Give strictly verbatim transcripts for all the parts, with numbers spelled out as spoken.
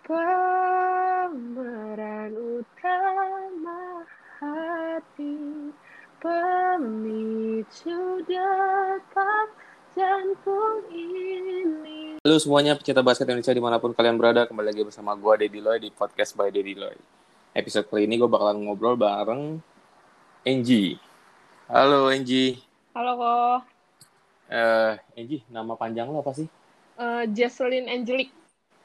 Pemeran utama hati, pemicu detak jantung ini. Halo semuanya pecinta basket Indonesia dimanapun kalian berada, kembali lagi bersama gue Deddy Loy di podcast by Deddy Loy. Episode kali ini gue bakalan ngobrol bareng Angie. Halo Angie. Halo kok, Uh, Angie, nama panjang lo apa sih? uh, Jesselyn Angelique.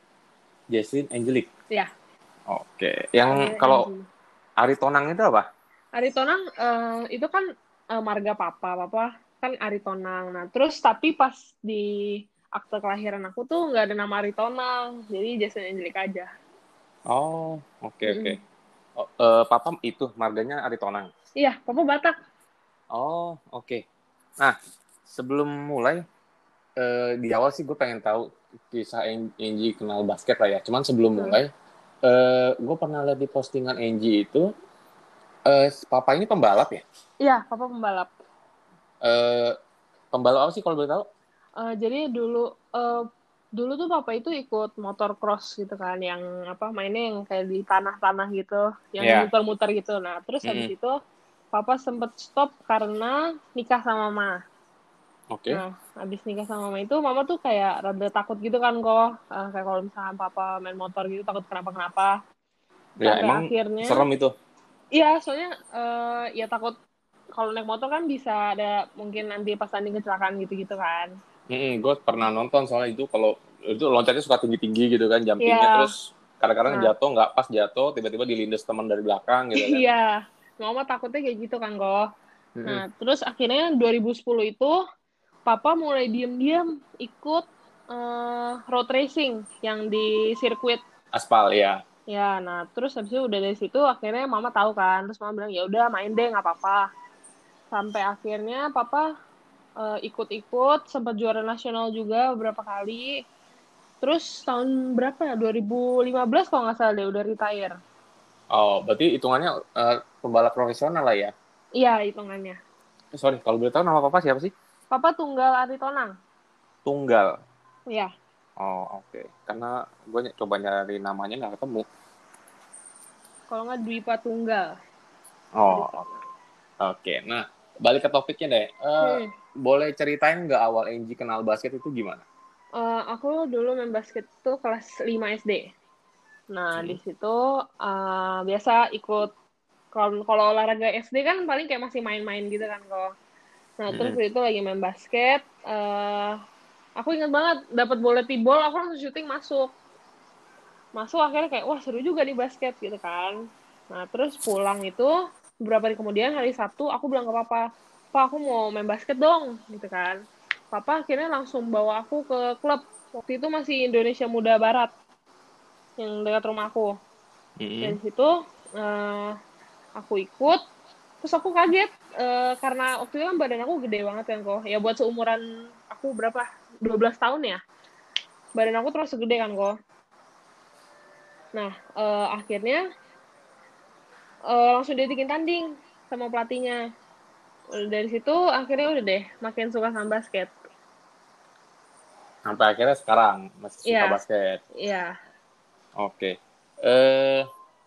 Jesslyn Angelique. Ya, Oke. Yang panggilnya kalau Angie. Ari Tonang itu apa? Ari Tonang uh, itu kan uh, marga papa, papa kan Ari Tonang. Nah, terus tapi pas di akte kelahiran aku tuh nggak ada nama Ari Tonang, jadi Jesselyn Angelique aja. Oh, oke okay, oke. Okay. Mm-mm. Oh, uh, papa itu marganya Ari Tonang. Iya, papa Batak. Oh, oke. Okay. Nah, sebelum mulai uh, di awal sih gue pengen tahu kisah Angie kenal basket lah ya. Cuman sebelum Hmm. mulai, uh, gue pernah lihat di postingan Angie itu, uh, papa ini pembalap ya? Iya, papa pembalap. Uh, pembalap apa sih kalau boleh tahu? Uh, jadi dulu uh, dulu tuh papa itu ikut motor cross gitu kan, yang apa mainnya yang kayak di tanah-tanah gitu, yang Yeah. muter-muter gitu. Nah, terus Mm-hmm. habis itu papa sempet stop karena nikah sama mama. Oke. Okay. Nah, habis nikah sama mama itu, mama tuh kayak rada takut gitu kan kok, uh, kayak kalau misalkan papa main motor gitu takut kenapa-kenapa. Ya, Sampai emang akhirnya, serem itu. iya soalnya uh, ya takut kalau naik motor kan bisa ada mungkin nanti pas tanding kecelakaan gitu-gitu kan. Mm-hmm. Gue pernah nonton soalnya itu kalau itu loncatnya suka tinggi-tinggi gitu kan, jumpingnya, Iya. terus kadang-kadang Nah. jatuh nggak pas jatuh, tiba-tiba dilindas teman dari belakang gitu kan. Iya, mama takutnya kayak gitu kan kok. Mm-hmm. Nah, terus akhirnya dua ribu sepuluh itu papa mulai diem-diem ikut uh, road racing yang di sirkuit. Aspal ya. Ya, nah terus habis itu udah dari situ akhirnya mama tahu kan, terus mama bilang ya udah main deh nggak apa-apa. Sampai akhirnya papa uh, ikut-ikut, sempat juara nasional juga beberapa kali. Terus tahun berapa ya? dua ribu lima belas kalau nggak salah deh udah retire. Oh, berarti hitungannya uh, pembalap profesional lah ya? Iya, hitungannya. Eh, sorry, kalau boleh tahu nama papa siapa sih? Papa tunggal Ari Tonang. Tunggal. Iya. Oh, oke. Okay. Karena gue ny- coba nyari namanya nggak ketemu. Kalau nggak Dwipa Tunggal. Oh, oke. Okay. Nah, balik ke topiknya deh. Uh, Hmm. Boleh ceritain nggak awal Angie kenal basket itu gimana? Uh, aku dulu main basket tuh kelas lima S D. Nah, Hmm. di situ uh, biasa ikut, kalau kalau olahraga S D kan paling kayak masih main-main gitu kan kok. Nah, Hmm. terus itu lagi main basket, uh, aku ingat banget dapat bola T-ball, aku langsung syuting masuk. Masuk akhirnya kayak wah seru juga nih basket gitu kan. Nah, terus pulang itu beberapa hari kemudian hari Sabtu aku bilang ke papa, "Pak, aku mau main basket dong." gitu kan. Papa akhirnya langsung bawa aku ke klub. Waktu itu masih Indonesia Muda Barat yang dekat rumah aku. Hmm. Dari situ uh, aku ikut, terus aku kaget uh, karena waktu itu kan badan aku gede banget kan kok. Ya buat seumuran aku berapa? dua belas tahun ya. Badan aku terus segede kan kok. Nah, uh, akhirnya uh, langsung diajakin tanding sama pelatihnya. Dari situ akhirnya udah deh makin suka sama basket. Sampai akhirnya sekarang masih suka Iya. basket. Iya. Oke. Okay. Eh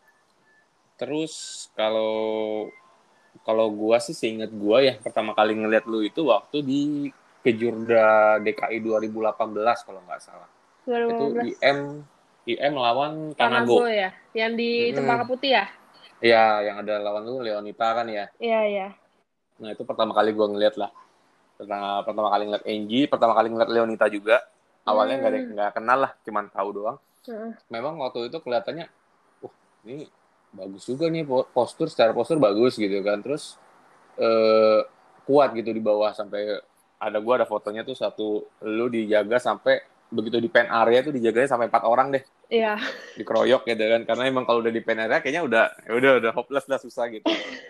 terus kalau kalau gua sih seingat gua ya pertama kali ngeliat lu itu waktu di Kejurda D K I dua ribu delapan belas kalau nggak salah. dua ribu Itu lima belas I M I M lawan Tanago Tanago. ya, yang di Mm-mm. Cempaka Putih ya? Ya, yang ada lawan lu Leonita kan ya. Iya, iya. Nah, itu pertama kali gua ngeliat lah. Pertama, pertama kali ngeliat Angie, pertama kali ngeliat Leonita juga. Awalnya nggak Hmm. nggak kenal lah, cuman tahu doang. Hmm. Memang waktu itu kelihatannya, wah ini bagus juga nih postur, secara postur bagus gitu kan. Terus eh, kuat gitu di bawah sampai ada gua ada fotonya tuh satu lu dijaga sampai begitu di pen area tuh dijaganya sampai empat orang deh. Iya. Dikeroyok gitu kan karena emang kalau udah di pen area kayaknya udah ya udah udah hopeless lah susah gitu.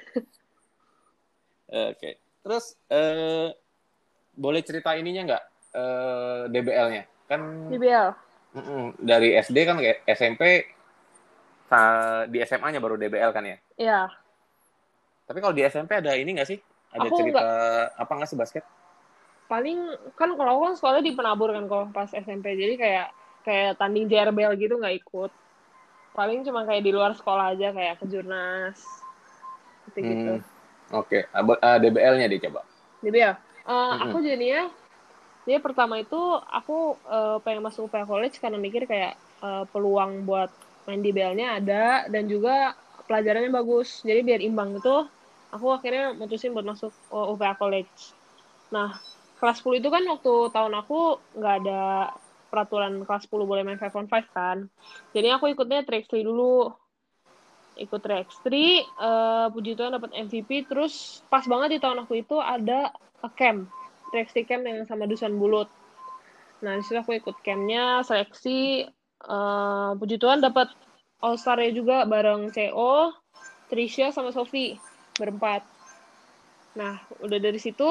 Oke. Okay. Terus eh, boleh cerita ininya nggak eh, D B L-nya? Kan D B L. mm-mm, dari S D kan S M P di S M A-nya baru D B L kan ya? Iya. Tapi kalau di S M P ada ini nggak sih? Ada Aku cerita nggak, apa nggak sih basket? paling kan kalau aku kan sekolah di Penabur kan kok pas S M P. Jadi kayak kayak tanding J R B L gitu nggak ikut. Paling cuma kayak di luar sekolah aja, kayak ke jurnas gitu-gitu. Hmm, oke. Okay. Uh, D B L-nya deh coba. D B L. Uh, Mm-mm. aku jadinya, jadi pertama itu aku uh, pengen masuk U P H College karena mikir kayak uh, peluang buat main D B L-nya ada dan juga pelajarannya bagus. Jadi biar imbang itu, aku akhirnya mutusin buat masuk uh, U P H College. Nah, kelas sepuluh itu kan waktu tahun aku nggak ada peraturan kelas sepuluh boleh main five on five kan. Jadi aku ikutnya tiga on tiga dulu. Ikut tiga on tiga, uh, puji Tuhan dapat M V P, terus pas banget di tahun aku itu ada camp. tiga on tiga camp yang sama Dusun Bulut. Nah, di situ aku ikut campnya, seleksi, uh, puji Tuhan dapat All Star-nya juga bareng C O, Trisha, sama Sophie, berempat. Nah, udah dari situ,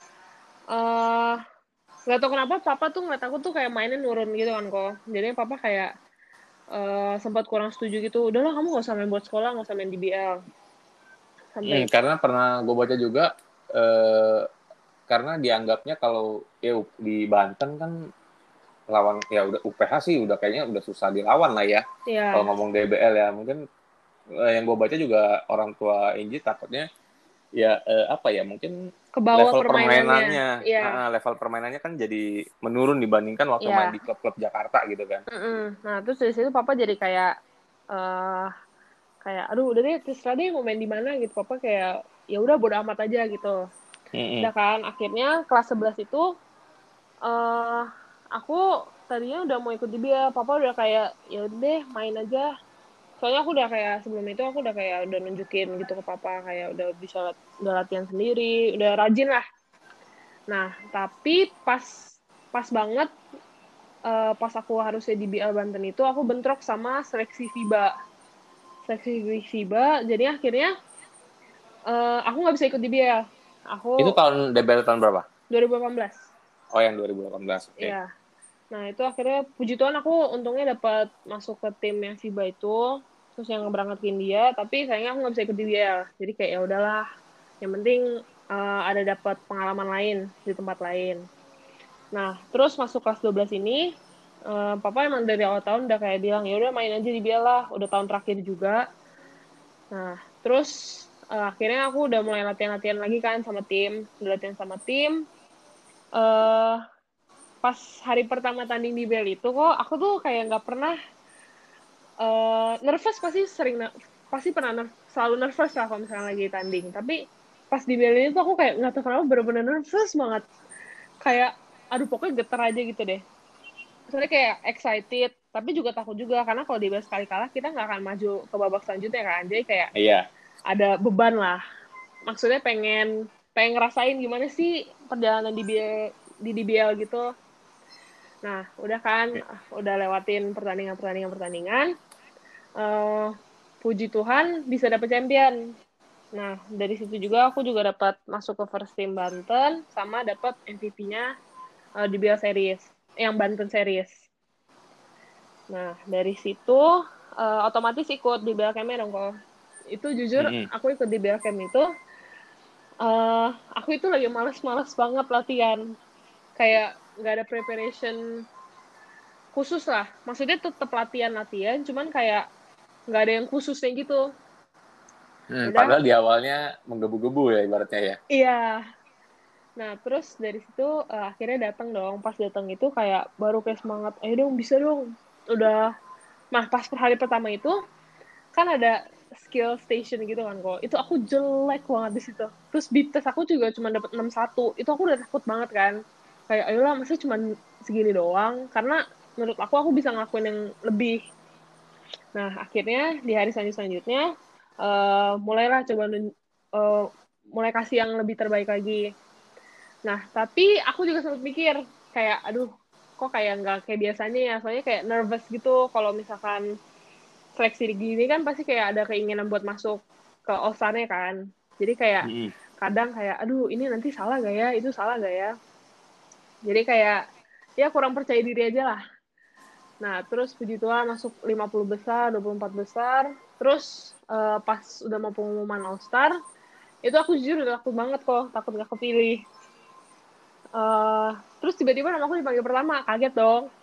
uh, nggak tahu kenapa papa tuh ngeliat aku tuh kayak mainnya nurun gitu kan kok. Jadi papa kayak uh, sempat kurang setuju gitu. Udahlah kamu nggak usah main buat sekolah, nggak usah main D B L. Hmm, Sampai karena pernah gue baca juga, eh, karena dianggapnya kalau ya di Banten kan lawan ya udah U P H sih udah kayaknya udah susah dilawan lah ya. Kalau ya ngomong D B L ya mungkin eh, yang gue baca juga orang tua Inji takutnya ya eh, apa ya mungkin ke bawah level permainannya. permainannya, Ya, nah, level permainannya kan jadi menurun dibandingkan waktu main ya. di klub-klub Jakarta gitu kan. Mm-mm. Nah, terus dari situ papa jadi kayak eh kayak aduh udah deh terserah deh mau main di mana gitu. Papa kayak ya udah bodo amat aja gitu. Mm-mm. Udah kan akhirnya kelas sebelas itu eh aku tadinya udah mau ikut D B L. Papa udah kayak ya udah deh main aja. Soalnya aku udah kayak sebelum itu aku udah kayak udah nunjukin gitu ke papa kayak udah bisa udah latihan sendiri, udah rajin lah. Nah, tapi pas pas banget uh, pas aku harusnya di B L Banten itu aku bentrok sama seleksi FIBA. Seleksi FIBA, jadi akhirnya uh, aku nggak bisa ikut di B L. Itu Aku tahun D B L tahun berapa? dua ribu delapan belas. Oh yang dua ribu delapan belas, oke. Okay. Iya. Nah, itu akhirnya puji Tuhan aku untungnya dapat masuk ke tim yang FIBA itu, terus yang berangkat ke India, tapi sayangnya aku nggak bisa ikut di B L. Jadi kayak ya udahlah, yang penting uh, ada dapat pengalaman lain di tempat lain. Nah, terus masuk kelas dua belas ini, uh, papa emang dari awal tahun udah kayak bilang, ya udah main aja di B L lah, udah tahun terakhir juga. Nah, terus uh, akhirnya aku udah mulai latihan-latihan lagi kan sama tim, udah latihan sama tim. Uh, pas hari pertama tanding di B L itu kok aku tuh kayak nggak pernah uh, nervous pasti sering pasti pernah ner selalu nervous lah kalau misalnya lagi tanding tapi pas di B L ini tuh aku kayak nggak tahu kenapa bener-bener nervous banget kayak aduh pokoknya getar aja gitu deh soalnya kayak excited tapi juga takut juga karena kalau di B L sekali kalah kita nggak akan maju ke babak selanjutnya kan jadi kayak Iya. ada beban lah maksudnya pengen pengen ngerasain gimana sih perjalanan di B L di D B L gitu. Nah, udah kan, udah lewatin pertandingan-pertandingan pertandingan. Uh, puji Tuhan bisa dapet champion. Nah, dari situ juga aku juga dapat masuk ke first team Banten sama dapat M V P-nya uh, di B L Series, yang Banten Series. Nah, dari situ uh, otomatis ikut di B L Camp-nya dong kok. Itu jujur Mm-hmm. aku ikut di B L Camp itu uh, aku itu lagi males-males banget latihan. Kayak nggak ada preparation khusus lah. Maksudnya tetap latihan-latihan, cuman kayak nggak ada yang khususnya gitu. Hmm, Udah, padahal di awalnya menggebu-gebu ya ibaratnya ya. iya. Nah, terus dari situ uh, akhirnya datang dong. Pas datang itu kayak baru kayak semangat, ayo dong, bisa dong. Udah, nah pas per hari pertama itu, kan ada skill station gitu kan kok. Itu aku jelek banget di situ. Terus beat test aku juga cuma dapat enam satu. Itu aku udah takut banget kan. Kayak ayolah, masa cuma segini doang. Karena menurut aku, aku bisa ngelakuin yang lebih. Nah, akhirnya di hari selanjutnya uh, mulailah coba uh, mulai kasih yang lebih terbaik lagi. Nah, tapi aku juga sempat mikir kayak aduh, kok kayak nggak kayak biasanya ya. Soalnya kayak nervous gitu kalau misalkan seleksi gini kan pasti kayak ada keinginan buat masuk ke All-Star-nya kan. Jadi kayak Mm-hmm. kadang kayak aduh, ini nanti salah gak ya? Itu salah gak ya? Jadi kayak ya kurang percaya diri aja lah. Nah, terus puji Tuhan masuk lima puluh besar, dua puluh empat besar. Terus uh, pas udah mau pengumuman All-Star, itu aku jujur udah takut banget kok, takut gak kepilih. Uh, terus tiba-tiba nama aku dipanggil pertama, kaget dong.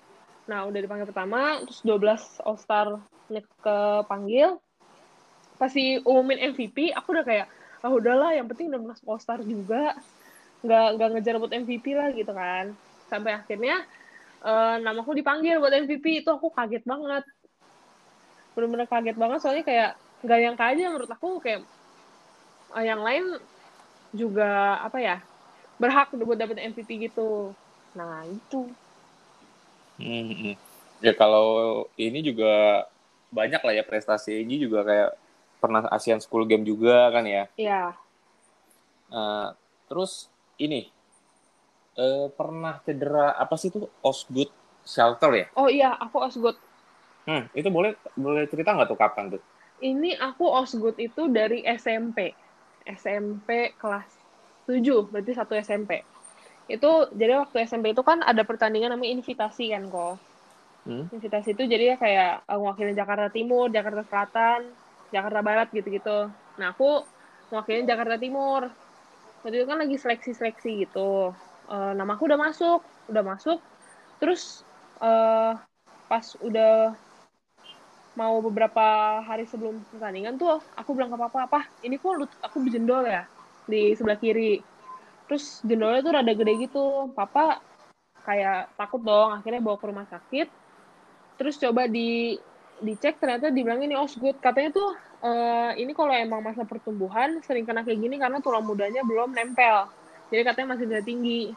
Nah, udah dipanggil pertama, terus dua belas All-Star kepanggil. Pas umumin M V P, aku udah kayak, ah udahlah, yang penting udah masuk All-Star juga. Nggak, nggak ngejar buat M V P lah gitu kan. Sampai akhirnya, uh, namaku dipanggil buat M V P, itu aku kaget banget. Bener-bener kaget banget, soalnya kayak, nggak yang aja menurut aku, kayak, uh, yang lain juga, apa ya, berhak buat dapet M V P gitu. Nah, itu. Hmm. Ya kalau ini juga banyak lah ya prestasi ini juga kayak pernah Asian School Game juga kan ya. Iya. Uh, terus ini uh, pernah cedera apa sih itu Osgood Shelter ya? Oh iya, aku Osgood. Hmm, itu boleh boleh cerita nggak tuh kapan tuh? Ini aku Osgood itu dari S M P. S M P kelas tujuh, berarti satu S M P. Itu, jadi waktu S M P itu kan ada pertandingan namanya invitasi kan kok. Hmm? Invitasi itu jadi ya kayak uh, mewakili Jakarta Timur, Jakarta Selatan, Jakarta Barat gitu-gitu. Nah, aku mewakili Jakarta Timur. Waktu itu kan lagi seleksi-seleksi gitu. Uh, nama aku udah masuk, udah masuk. Terus uh, pas udah mau beberapa hari sebelum pertandingan tuh aku bilang ke papa, apa ini kok lutut aku berjendol ya di sebelah kiri, terus jendolnya tuh rada gede gitu. Papa kayak takut dong, akhirnya bawa ke rumah sakit. Terus coba di dicek, ternyata dibilang ini Osgood. Katanya tuh uh, ini kalau emang masa pertumbuhan sering kena kayak gini karena tulang mudanya belum nempel, jadi katanya masih bisa tinggi.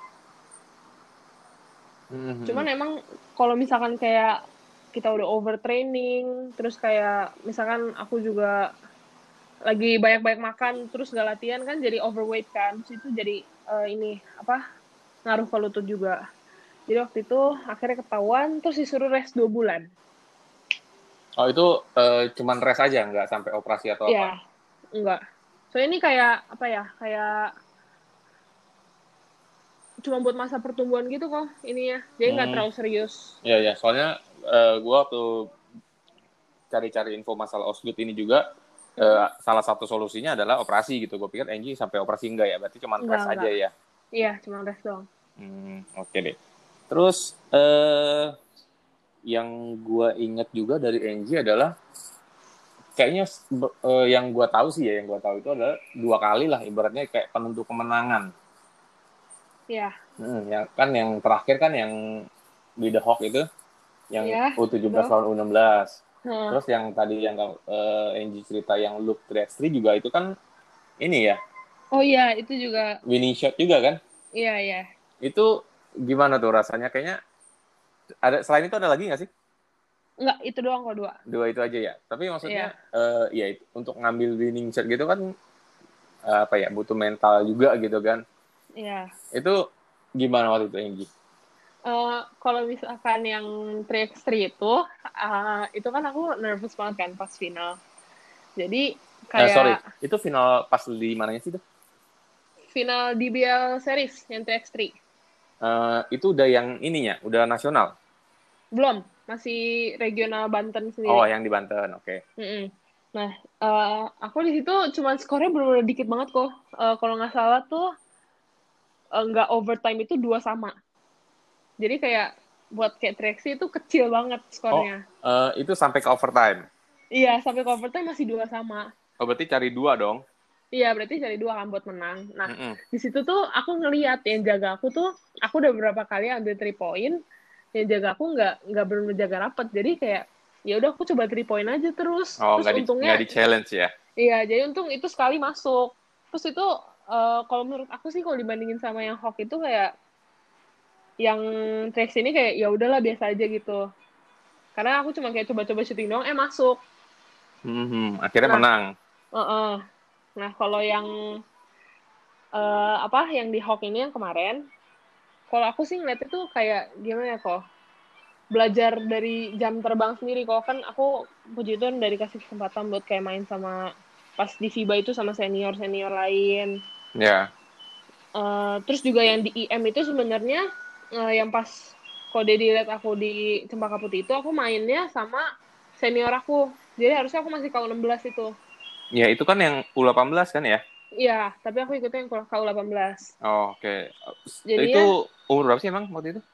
Cuman Hmm. emang kalau misalkan kayak kita udah overtraining, terus kayak misalkan aku juga lagi banyak-banyak makan, terus gak latihan kan jadi overweight kan, terus itu jadi uh, ini apa ngaruh ke lutut juga. Jadi waktu itu akhirnya ketahuan, terus disuruh rest dua bulan. Oh itu uh, cuman rest aja nggak sampai operasi atau apa? Ya, enggak. So ini kayak apa ya, kayak cuma buat masa pertumbuhan gitu kok ininya, jadi nggak Hmm. terlalu serius. Ya ya soalnya uh, gue waktu cari-cari info masalah Osgood ini juga Hmm? uh, salah satu solusinya adalah operasi gitu. Gue pikir Angie sampai operasi enggak ya, berarti cuma Enggak, rest aja enggak. ya. Iya, cuma rest doang. Hmm, oke okay deh. Terus eh yang gue inget juga dari Angie adalah kayaknya uh, yang gue tahu sih ya, yang gue tahu itu adalah dua kali lah ibaratnya kayak penentu kemenangan. Iya. Hmm, ya kan yang terakhir kan yang di The Hawk itu yang Iya, U tujuh belas betul. lawan U enam belas. Heeh. Terus yang tadi yang uh, Angie cerita yang Luke Trextri juga itu kan ini ya Oh iya, itu juga. winning shot juga kan? Iya, iya. Itu gimana tuh rasanya? Kayaknya ada selain itu ada lagi nggak sih? Enggak, itu doang kok dua. Dua itu aja ya. Tapi maksudnya Iya, uh, ya itu, untuk ngambil winning shot gitu kan uh, apa ya butuh mental juga gitu kan. iya. Itu gimana waktu itu Angie? Uh, kalau misalkan yang tiga x tiga itu, uh, itu kan aku nervous banget kan pas final. Jadi Uh, sorry, kayak itu final pas di mananya sih tuh? final D B L series yang tiga x tiga. Uh, itu udah yang ininya, udah nasional. Belum, masih regional Banten Oh, sendiri. yang di Banten, oke. Okay. Mm-mm. Nah, uh, aku di situ cuman skornya bener-bener dikit banget kok. Uh, kalau nggak salah tuh uh, nggak overtime itu dua sama. Jadi kayak buat kayak tiga x tiga itu kecil banget Oh, skornya. uh, itu sampai ke overtime. Iya, sampai ke overtime masih dua sama. Oh, berarti cari dua dong. Iya, berarti cari dua kan buat menang. Nah, Mm-mm. di situ tuh aku ngeliat yang jaga aku tuh, aku udah beberapa kali ambil three point, yang jaga aku nggak nggak benar jaga rapet. Jadi kayak ya udah aku coba three point aja terus. Oh, Terus nggak di nggak untungnya, di challenge ya? iya, jadi untung itu sekali masuk. Terus itu uh, kalau menurut aku sih kalau dibandingin sama yang Hawk itu kayak yang Trax ini kayak ya udahlah biasa aja gitu. Karena aku cuma kayak coba-coba syuting doang, eh masuk. Mm-hmm. Akhirnya Nah, menang. uh-uh. Nah kalau yang uh, apa yang di Hawk ini yang kemarin, kalau aku sih ngeliat itu kayak gimana ya kok, belajar dari jam terbang sendiri kok. Kan aku puji Tuhan dari kasih kesempatan buat kayak main sama pas di FIBA itu sama senior senior lain. Ya. Uh, terus juga yang di I M itu sebenarnya uh, yang pas kode dilihat aku di Cempaka Putih itu aku mainnya sama senior aku. Jadi harusnya aku masih K U enam belas itu. Ya, itu kan yang U delapan belas kan ya? Iya, tapi aku ikutnya yang K U delapan belas. Oh, oke. Okay. Jadi Itu ya umur berapa sih emang waktu itu?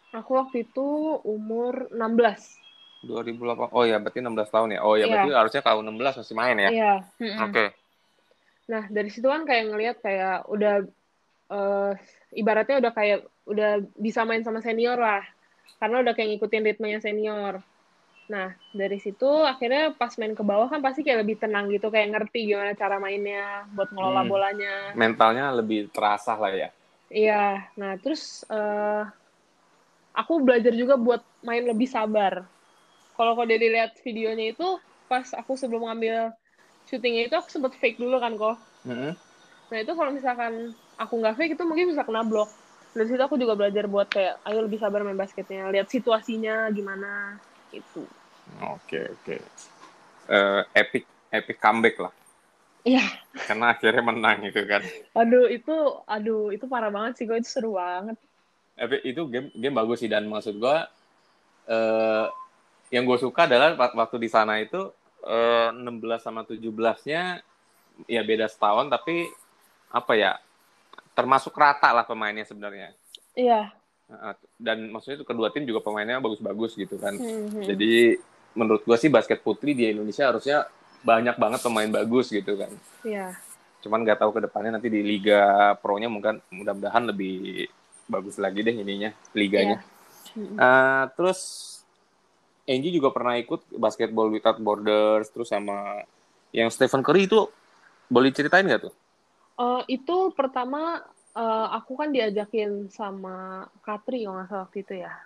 Aku waktu itu umur enam belas. dua ribu delapan. Oh ya, berarti enam belas tahun ya. Oh ya, berarti Iya, harusnya kalau enam belas masih main ya. iya. Oke. Mm-mm. Okay. Nah, dari situ kan kayak ngelihat kayak udah eh, ibaratnya udah kayak udah bisa main sama senior lah. Karena udah kayak ngikutin ritmenya senior. Nah, dari situ akhirnya pas main ke bawah kan pasti kayak lebih tenang gitu, kayak ngerti gimana cara mainnya, buat ngelola Hmm. bolanya. Mentalnya lebih terasa lah ya. Iya, nah terus eh, aku belajar juga buat main lebih sabar. Kalau kau dari lihat videonya itu, pas aku sebelum ngambil syutingnya itu aku sempet fake dulu kan kok. Mm-hmm. Nah itu kalau misalkan aku nggak fake itu mungkin bisa kena blok. Dari situ aku juga belajar buat kayak, ayo lebih sabar main basketnya, lihat situasinya gimana, itu. Oke, oke. Eh, epic epic comeback lah. Iya, Karena akhirnya menang itu kan. aduh itu, aduh itu parah banget sih, kok itu seru banget. Epic itu game game bagus sih, dan maksud gue eh, yang gue suka adalah waktu di sana itu eh, enam belas sama tujuh belas-nya ya beda setahun, tapi apa ya, termasuk rata lah pemainnya sebenarnya. Iya. Dan maksudnya itu kedua tim juga pemainnya bagus-bagus gitu kan. Hmm, hmm. Jadi menurut gue sih basket putri di Indonesia harusnya banyak banget pemain bagus gitu kan. Iya. Cuman nggak tahu ke depannya nanti di Liga Pro-nya mungkin mudah-mudahan lebih bagus lagi deh ininya, liganya. Iya. Hmm. Uh, terus Angie juga pernah ikut Basketball Without Borders, terus sama yang Stephen Curry itu, boleh ceritain nggak tuh? Uh, itu pertama uh, aku kan diajakin sama Katri kalau nggak salah waktu itu ya.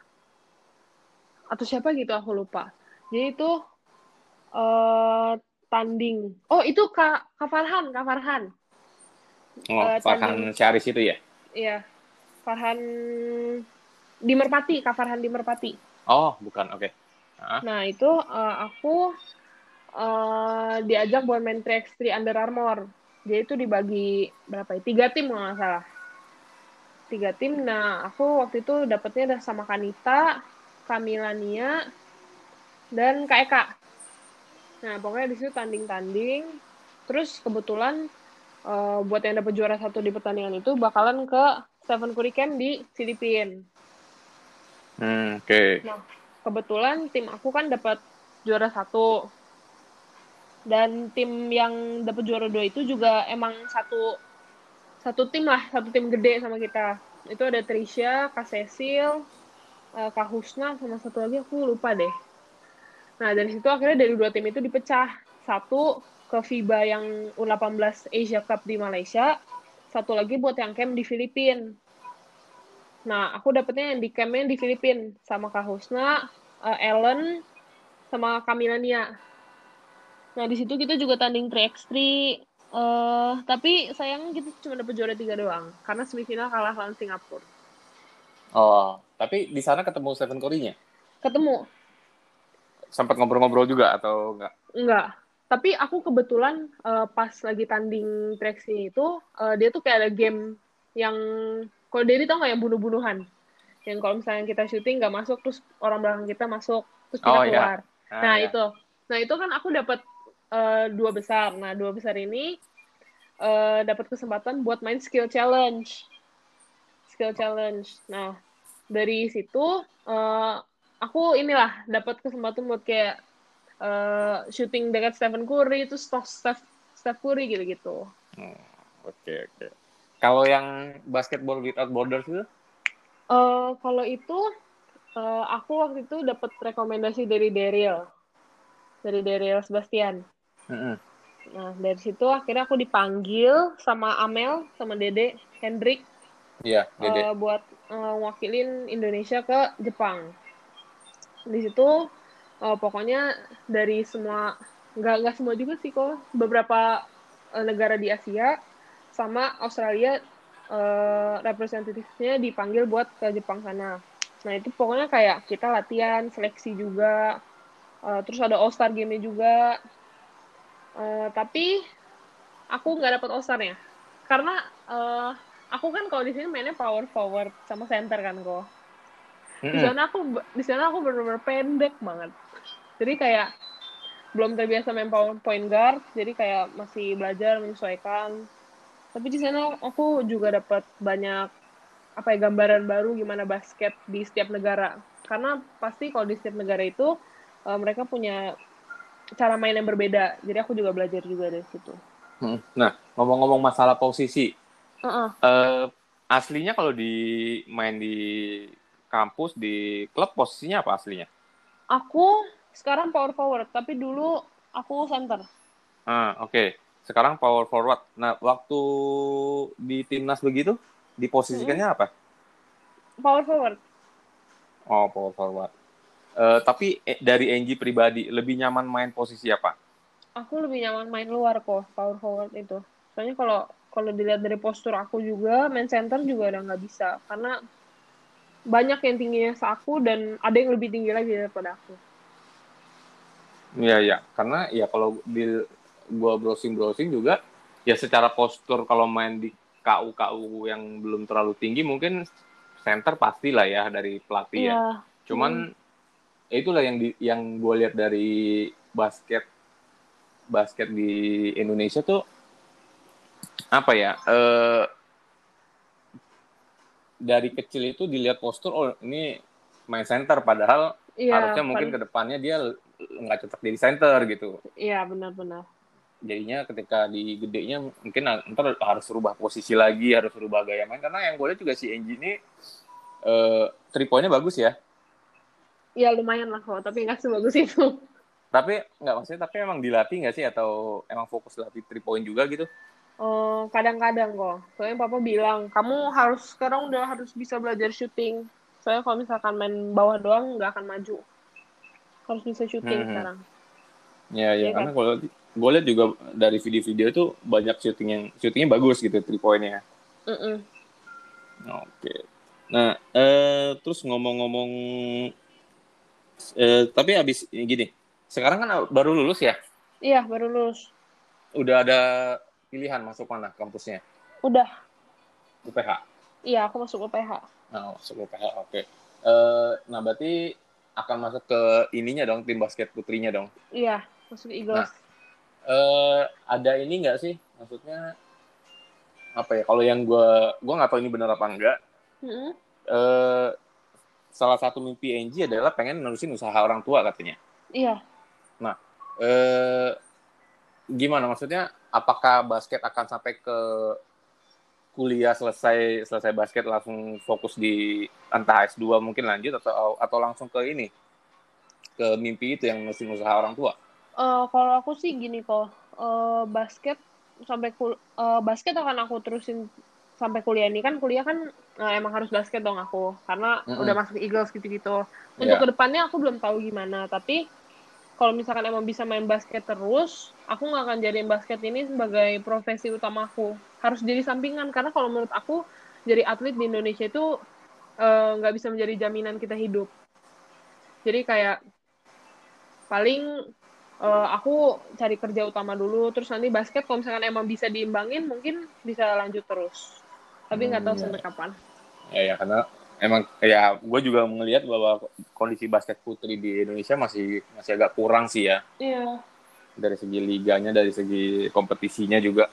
Atau siapa gitu aku lupa. Jadi itu uh, tanding. Oh itu Kak, Kak Farhan, Kak Farhan. Oh, Uh, tanding, Farhan Syaris itu ya? ya Farhan di Merpati, Kak Farhan di Merpati. Oh, bukan, oke. Okay. Uh-huh. Nah itu uh, aku uh, diajak buat main tiga on tiga Under Armour. Jadi itu dibagi berapa ya? Tiga tim kalau nggak salah. Tiga tim. Nah, aku waktu itu dapetnya sama Kanita, Kamila Nia, dan Kak Eka. Nah, pokoknya di situ tanding-tanding. Terus kebetulan uh, buat yang dapat juara satu di pertandingan itu bakalan ke Stephen Curry Camp di Filipina. Hmm, oke. Okay. Nah, kebetulan tim aku kan dapat juara satu. Dan tim yang dapat juara dua itu juga emang satu satu tim lah, satu tim gede sama kita. Itu ada Trisha, Kak Cecil, Kak Husna, sama satu lagi aku lupa deh. Nah, dari situ akhirnya dari dua tim itu dipecah. Satu ke FIBA yang U delapan belas Asia Cup di Malaysia, satu lagi buat yang camp di Filipina. Nah, aku dapetnya yang di campnya di Filipina sama Kak Husna, uh, Ellen, sama Kamila Nia. Nah, di situ kita juga tanding tiga on tiga, uh, tapi sayang kita cuma dapet juara tiga doang, karena semifinal kalah lawan Singapura. Oh, tapi di sana ketemu Stephen Curry-nya? Ketemu. Sempat ngobrol-ngobrol juga atau enggak? Enggak. Tapi aku kebetulan uh, pas lagi tanding tiga on tiga itu, uh, dia tuh kayak ada game yang, kalau Dedi tau nggak yang bunuh-bunuhan? Yang kalau misalnya kita syuting nggak masuk, terus orang belakang kita masuk, terus kita Oh ya. keluar. Ah, Nah ya. itu. Nah itu kan aku dapat uh, dua besar. Nah dua besar ini uh, dapat kesempatan buat main skill challenge. Skill challenge. Nah dari situ uh, aku inilah dapat kesempatan buat kayak uh, syuting dekat Stephen Curry, itu stok Steph, Steph Curry gitu-gitu. Hmm, oke, oke. Kalau yang Basketball Without Borders itu? Uh, kalau itu uh, aku waktu itu dapat rekomendasi dari Daryl, dari Daryl Sebastian. Mm-hmm. Nah dari situ akhirnya aku dipanggil sama Amel sama Dede Hendrik, Iya, Dede. uh, buat uh, wakilin Indonesia ke Jepang. Di situ uh, pokoknya dari semua, nggak nggak semua juga sih kok, beberapa uh, negara di Asia sama Australia uh, representatifnya dipanggil buat ke Jepang sana. Nah itu pokoknya kayak kita latihan, seleksi juga, uh, terus ada All Star Game-nya juga. Uh, tapi aku nggak dapat All Star-nya karena uh, aku kan kalau di sini mainnya power forward sama center kan kok. Di Mm-hmm. sana aku di sana aku benar-benar pendek banget. Jadi kayak belum terbiasa main point guard, jadi kayak masih belajar menyesuaikan. Tapi di sana aku juga dapat banyak apa ya, gambaran baru gimana basket di setiap negara. Karena pasti kalau di setiap negara itu uh, mereka punya cara main yang berbeda. Jadi aku juga belajar juga dari situ. Hmm. Nah, ngomong-ngomong masalah posisi, Uh-uh. uh, aslinya kalau di main di kampus di klub posisinya apa aslinya? Aku sekarang power forward, tapi dulu aku center. Ah, oke. Okay. Sekarang power forward. Nah, waktu di timnas begitu, Mm-mm. diposisikannya apa? Power forward. Oh, power forward. Uh, tapi eh, dari Angie pribadi, lebih nyaman main posisi apa? Aku lebih nyaman main luar kok, power forward itu. Soalnya kalau kalau dilihat dari postur aku juga, main center juga udah nggak bisa. Karena banyak yang tingginya seaku dan ada yang lebih tinggi lagi daripada aku. Iya, iya. Karena ya kalau di gua browsing-browsing juga, ya secara postur kalau main di K U-K U yang belum terlalu tinggi, mungkin center pastilah ya dari pelatih ya. Iya. Hmm. Cuman ya itulah yang di, yang gue lihat dari basket basket di Indonesia tuh apa ya? Eh, dari kecil itu dilihat postur, oh ini main center, padahal Iya, harusnya pan. mungkin kedepannya dia nggak cocok jadi center gitu. Iya, benar-benar. Jadinya ketika di gedenya mungkin ntar harus rubah posisi lagi, harus rubah gaya main, karena yang gue lihat juga si Angie ini uh, three point-nya bagus ya. Iya, lumayan lah kok, tapi nggak sebagus itu. Tapi nggak, maksudnya tapi emang dilatih nggak sih, atau emang fokus latih three point juga gitu? Oh, kadang-kadang kok. Soalnya papa bilang, kamu harus sekarang udah harus bisa belajar syuting. Soalnya kalau misalkan main bawah doang nggak akan maju. Harus bisa syuting Hmm. sekarang. Ya, ya, Iya kan? karena kalau gue lihat juga dari video-video itu banyak shooting yang shootingnya bagus gitu, three point-nya. Mm-mm. Oke. Nah, eh, terus ngomong-ngomong, eh, tapi abis ini gini, sekarang kan baru lulus ya, Iya, baru lulus. udah ada pilihan masuk mana kampusnya? Udah. U P H. Iya, aku masuk U P H. Nah, masuk U P H, oke. Eh, nah, berarti akan masuk ke ininya dong, tim basket putrinya dong. Iya, masuk Nah, Eagles. eh, ada ini nggak sih, maksudnya apa ya? Kalau yang gue gue nggak tahu ini benar apa enggak. Mm-mm. Eh, salah satu mimpi Angie adalah pengen nerusin usaha orang tua katanya. Iya. Nah, eh, gimana maksudnya? Apakah basket akan sampai ke kuliah, selesai selesai basket langsung fokus di entah S dua mungkin lanjut, atau atau langsung ke ini, ke mimpi itu yang nerusin usaha orang tua? Eh, kalau aku sih gini kok, eh, basket sampai kul eh, basket akan aku terusin sampai kuliah ini kan kuliah kan eh, emang harus basket dong aku karena udah Mm-mm. masuk Eagles gitu-gitu. Untuk Ya. kedepannya aku belum tahu gimana, tapi kalau misalkan emang bisa main basket terus, aku nggak akan jadiin basket ini sebagai profesi utamaku. Harus jadi sampingan karena kalau menurut aku jadi atlet di Indonesia itu eh, nggak bisa menjadi jaminan kita hidup. Jadi kayak paling uh, aku cari kerja utama dulu, terus nanti basket kalau misalkan emang bisa diimbangin, mungkin bisa lanjut terus. Tapi nggak tahu Hmm, ya. sampai kapan. Ya, ya, karena emang ya gue juga melihat bahwa kondisi basket putri di Indonesia masih masih agak kurang sih ya, Iya. dari segi liganya, dari segi kompetisinya juga.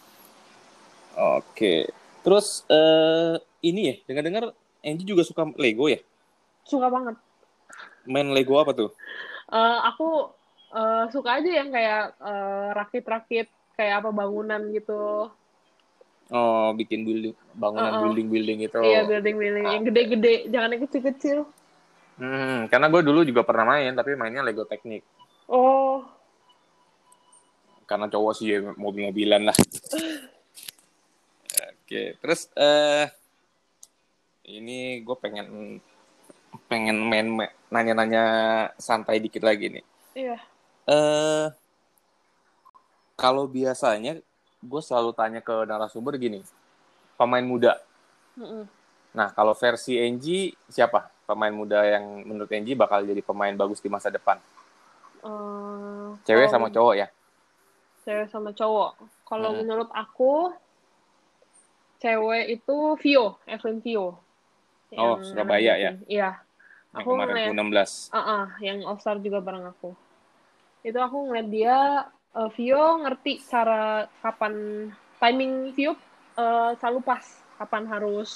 Oke. Terus eh ini ya, dengar-dengar Angie juga suka Lego ya? Suka banget. Main Lego apa tuh? Uh, aku uh, suka aja yang kayak uh, rakit-rakit, kayak apa bangunan gitu. Oh, bikin building, bangunan Uh-uh. building-building itu. Iya, building-building. Yang Oke. gede-gede, jangan yang kecil-kecil. Hmm, karena gue dulu juga pernah main, tapi mainnya Lego teknik. Oh, Karena cowok sih ya, mobil-mobilan lah. Oke. Terus eh ini gue pengen pengen main nanya-nanya santai dikit lagi nih. iya. Eh kalau biasanya gue selalu tanya ke narasumber gini, pemain muda. Mm-mm. Nah, kalau versi Angie siapa pemain muda yang menurut Angie bakal jadi pemain bagus di masa depan? Uh, Cewek sama kalau cowok ya? cewek sama cowok, kalau Mm-mm. menurut aku cewek itu Vio, Evelyn Vio. Yang Oh, anak Surabaya ya, Jatim. Iya, yang aku kemarin ngeliat, U enam belas. ah uh-uh, yang All Star juga bareng aku. Itu aku ngeliat dia, uh, Vio ngerti cara kapan timing Vio uh, selalu pas, kapan harus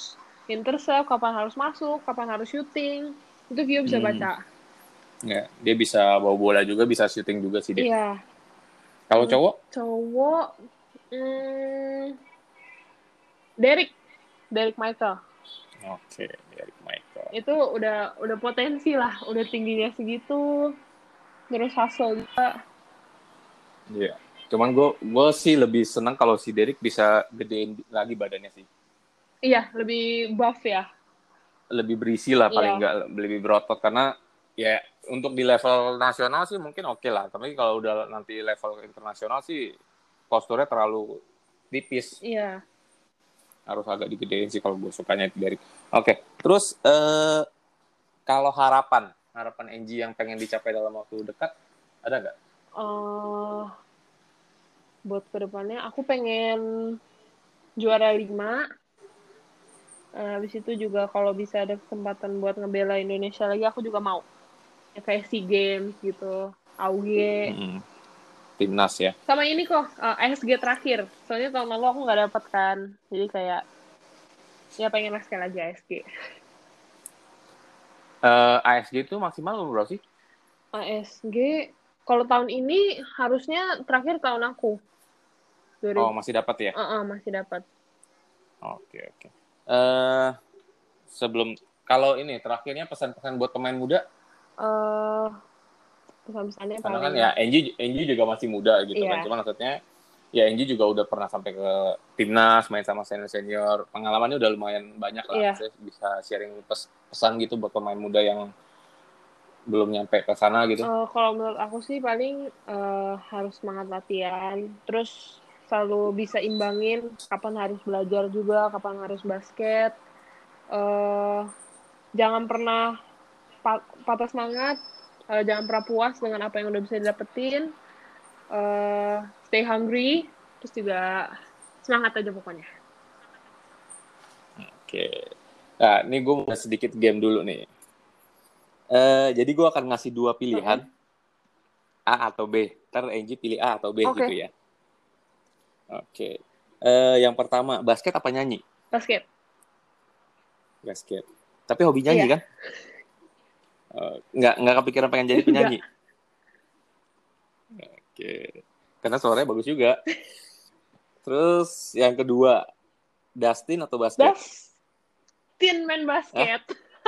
intercept, kapan harus masuk, kapan harus syuting. Itu Vio bisa Hmm. baca. Ya, dia bisa bawa bola juga, bisa syuting juga sih dia. Iya. Kalau cowok? Cowok, hmm, Derek, Derek Michael. Oke, Derek Michael. Itu udah udah potensi lah, udah tingginya segitu. Terus hustle juga. Iya. Cuman gue gue sih lebih senang kalau si Derek bisa gedein lagi badannya sih. Iya, lebih buff ya. Lebih berisi lah paling Iya. enggak, lebih berotot karena ya untuk di level nasional sih mungkin oke okay lah. Tapi kalau udah nanti level internasional sih posturnya terlalu tipis. Iya. Harus agak digedein sih kalau gue sukanya Derek. Oke, terus eh, kalau harapan, harapan Angie yang pengen dicapai dalam waktu dekat ada nggak? Uh, buat kedepannya aku pengen juara lima. Uh, habis itu juga kalau bisa ada kesempatan buat ngebela Indonesia lagi, aku juga mau. Ya, kayak SEA Games gitu, A U G. Mm-hmm. Timnas ya. Sama ini kok, uh, A S G terakhir. Soalnya tahun lalu aku nggak dapet kan. Jadi kayak, ya pengen lah sekali lagi A S G. Uh, A S G itu maksimal berapa sih? A S G, kalau tahun ini harusnya terakhir tahun aku. Oh, masih dapat ya? Uh-uh, masih dapat. Oke, oke. Uh, sebelum, kalau ini, terakhirnya pesan-pesan buat pemain muda? Uh, pesan-pesannya Karena paling... kan ya, Angie, Angie juga masih muda gitu iya. kan. Cuma maksudnya, ya Angie juga udah pernah sampai ke timnas, main sama senior-senior. Pengalamannya udah lumayan banyak lah. Iya. Saya bisa sharing pes- pesan gitu buat pemain muda yang belum nyampe ke sana gitu. Uh, kalau menurut aku sih paling uh, harus semangat latihan. Terus selalu bisa imbangin kapan harus belajar juga, kapan harus basket. Uh, jangan pernah pat- patah semangat. Uh, jangan pernah puas dengan apa yang udah bisa didapetin. Uh, stay hungry. Terus juga semangat aja pokoknya. Oke. Nah, ini gue mau sedikit game dulu nih. Uh, jadi gue akan ngasih dua pilihan. Uh-uh. A atau B. Ntar Angie pilih A atau B okay. gitu ya. Oke. Uh, yang pertama, basket apa nyanyi? Basket. Basket. Tapi hobi nyanyi iya. kan? Uh, nggak, nggak kepikiran pengen jadi penyanyi? Oke. Karena suaranya bagus juga. Terus yang kedua, Dustin atau basket? Dustin main basket.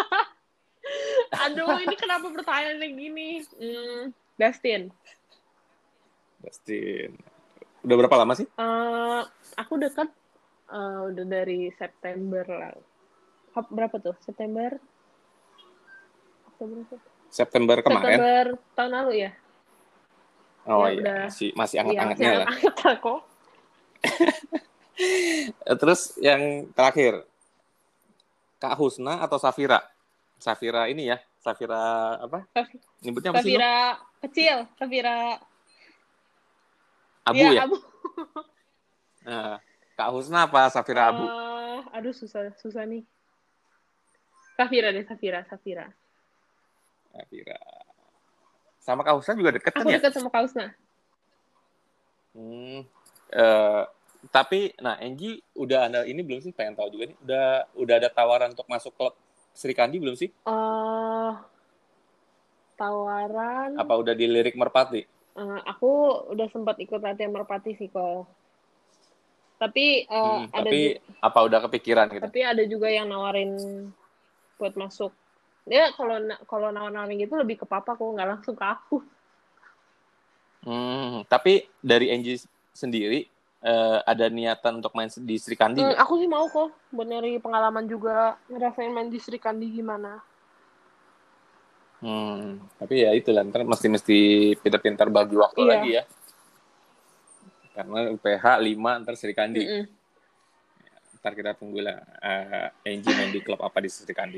Aduh, ini kenapa pertanyaan kayak gini? Hmm, Dustin. Dustin. Udah berapa lama sih? Uh, aku dekat uh, udah dari September lah. Berapa tuh? September? Oktober. September kemarin. September tahun lalu ya. Oh ya, iya, udah, masih masih anget-angetnya iya, lah. Anget kok. Terus yang terakhir, Kak Husna atau Safira? Safira ini ya, Safira apa? Nyebutnya apa sih lo? Safira kecil, Safira Abu ya? ya? Abu. Nah, Kak Husna apa Safira uh, Abu? Aduh, susah, susah nih. Safira deh, Safira, Safira. Safira. Sama Kak Husna juga deket kan Aku ya? Aku deket sama Kak Husna. Hmm, uh, tapi, nah Angie udah ada ini belum sih? Pengen tahu juga nih. Udah udah ada tawaran untuk masuk klub Sri Kandi belum sih? Uh, tawaran. Apa udah dilirik Merpati? Uh, aku udah sempat ikut latihan Merpati sih kok. Tapi, uh, hmm, ada tapi juga, apa udah kepikiran gitu? Tapi ada juga yang nawarin buat masuk. Ya kalau kalau nawar-nawarin gitu lebih ke papa kok, nggak langsung ke aku. Hmm, tapi dari Angie sendiri uh, ada niatan untuk main di Sri Kandi nggak? Hmm, aku sih mau kok buat nyari pengalaman juga, ngerasain main di Sri Kandi gimana. Hmm, tapi ya itu lah, ntar mesti mesti pintar-pintar bagi waktu iya. lagi ya. Karena U P H lima, ntar Sri Kandi. Mm-mm. Ntar kita tunggulah uh, Angie main di klub apa di Sri Kandi.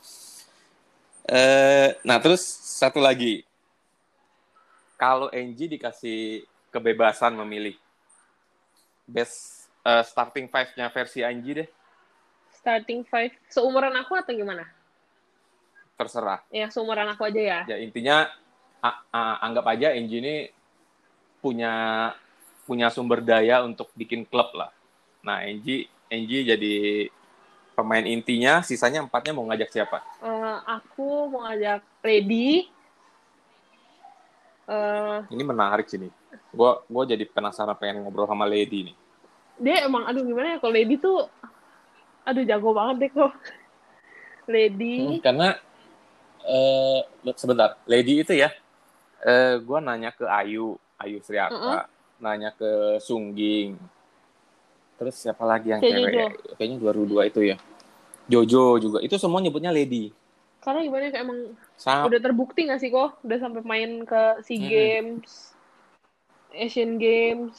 Uh, nah terus satu lagi, kalau Angie dikasih kebebasan memilih best uh, starting five-nya versi Angie deh. Starting five seumuran aku atau gimana? Terserah. Ya seumuran aku aja ya. Ya intinya a- a- anggap aja Angie ini punya punya sumber daya untuk bikin klub lah. Nah Angie Angie jadi pemain intinya, sisanya empatnya mau ngajak siapa? Uh, aku mau ngajak Lady. Uh, Ini menarik sih nih. Gue gue jadi penasaran pengen ngobrol sama Lady nih. Dia emang, aduh gimana ya, kalau Lady tuh, aduh jago banget deh kok. Lady. Hmm, karena uh, sebentar, Lady itu ya, uh, gue nanya ke Ayu, Ayu Sriaka, uh-uh. nanya ke Sungging, terus siapa lagi yang cewek? Ya? Kayaknya dua ribu dua itu ya. Jojo juga. Itu semua nyebutnya Lady. Karena gimana ya, emang Sa- udah terbukti gak sih kok? Udah sampai main ke SEA mm-hmm. Games, Asian Games.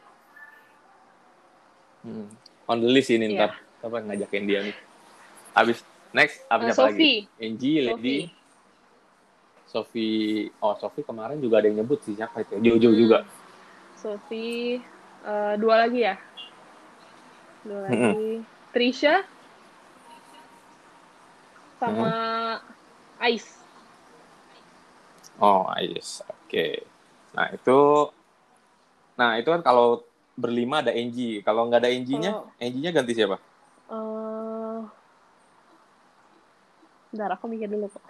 Hmm. On the list ini ntar. Yeah. Apa ngajakin dia nih. Abis, next, abis uh, apa Sophie. lagi? Angie, Lady. Sophie. Oh, Sophie kemarin juga ada yang nyebut sih. Siapa itu? Jojo hmm. juga. Sophie. Uh, dua lagi ya? Dua lagi. Hmm. Trisha. Sama hmm. Ice. Oh, Ice. Oke. Okay. Nah, itu Nah, itu kan kalau berlima ada Angie. Kalau nggak ada Angie-nya, oh. Angie-nya ganti siapa? Uh... Bentar, aku mikir dulu kok.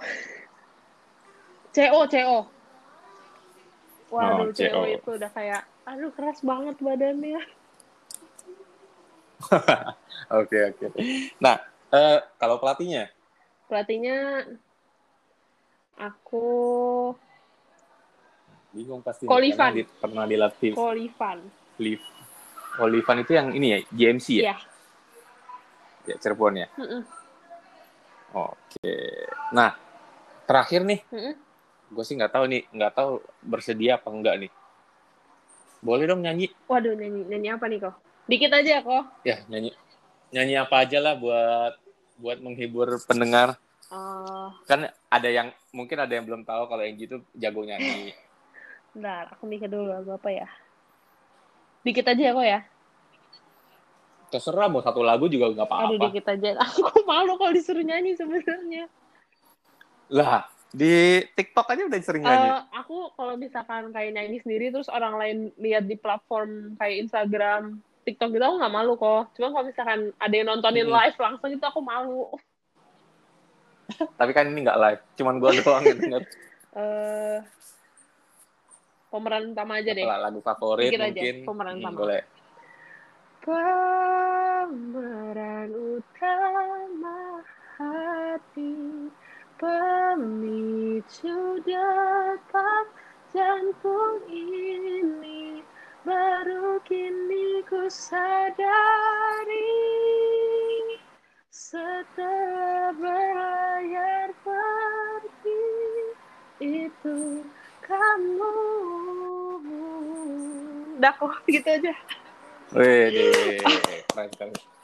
C O, C O. Waduh, oh, C O. C O itu udah kayak, aduh keras banget badannya. Oke, oke. Nah, uh, kalau pelatihnya? Pelatihnya, aku... Bingung pasti. Kolivan. Di, pernah dilatih. Kolivan. Liv. Kolivan itu yang ini ya, G M C ya? Iya. Ya, Cirebon ya? Mm-mm. Oke. Nah, terakhir nih. Mm-mm. Gue sih nggak tahu nih, nggak tahu bersedia apa enggak nih. Boleh dong nyanyi? Waduh, nyanyi nyanyi apa nih kok? Dikit aja kok. Ya, nyanyi. Nyanyi apa aja lah buat buat menghibur pendengar. Uh... Kan ada yang mungkin ada yang belum tahu kalau Angie itu jago nyanyi. Bentar, aku mikir dulu lagu apa ya. Dikit aja kok ya. Terserah, mau satu lagu juga nggak apa-apa. Aduh, dikit aja. Aku malu kalau disuruh nyanyi sebenarnya. Lah, di TikTok aja udah sering nyanyi. Uh, aku kalau misalkan kayak nyanyi sendiri terus orang lain lihat di platform kayak Instagram, TikTok gitu aku nggak malu kok. Cuma kalau misalkan ada yang nontonin hmm. live langsung itu aku malu. Tapi kan ini nggak live, cuman gue doang yang denger. uh, pemeran utama aja deh. Apalah, lagu favorit Dikit mungkin. Aja, pemeran hmm, utama. Boleh. Pemeran utama hati, pemicu detak jantung ini, baru kini ku sadari, setelah berlayar pergi, itu kamu. Udah kok, gitu aja. Wih, keren, keren.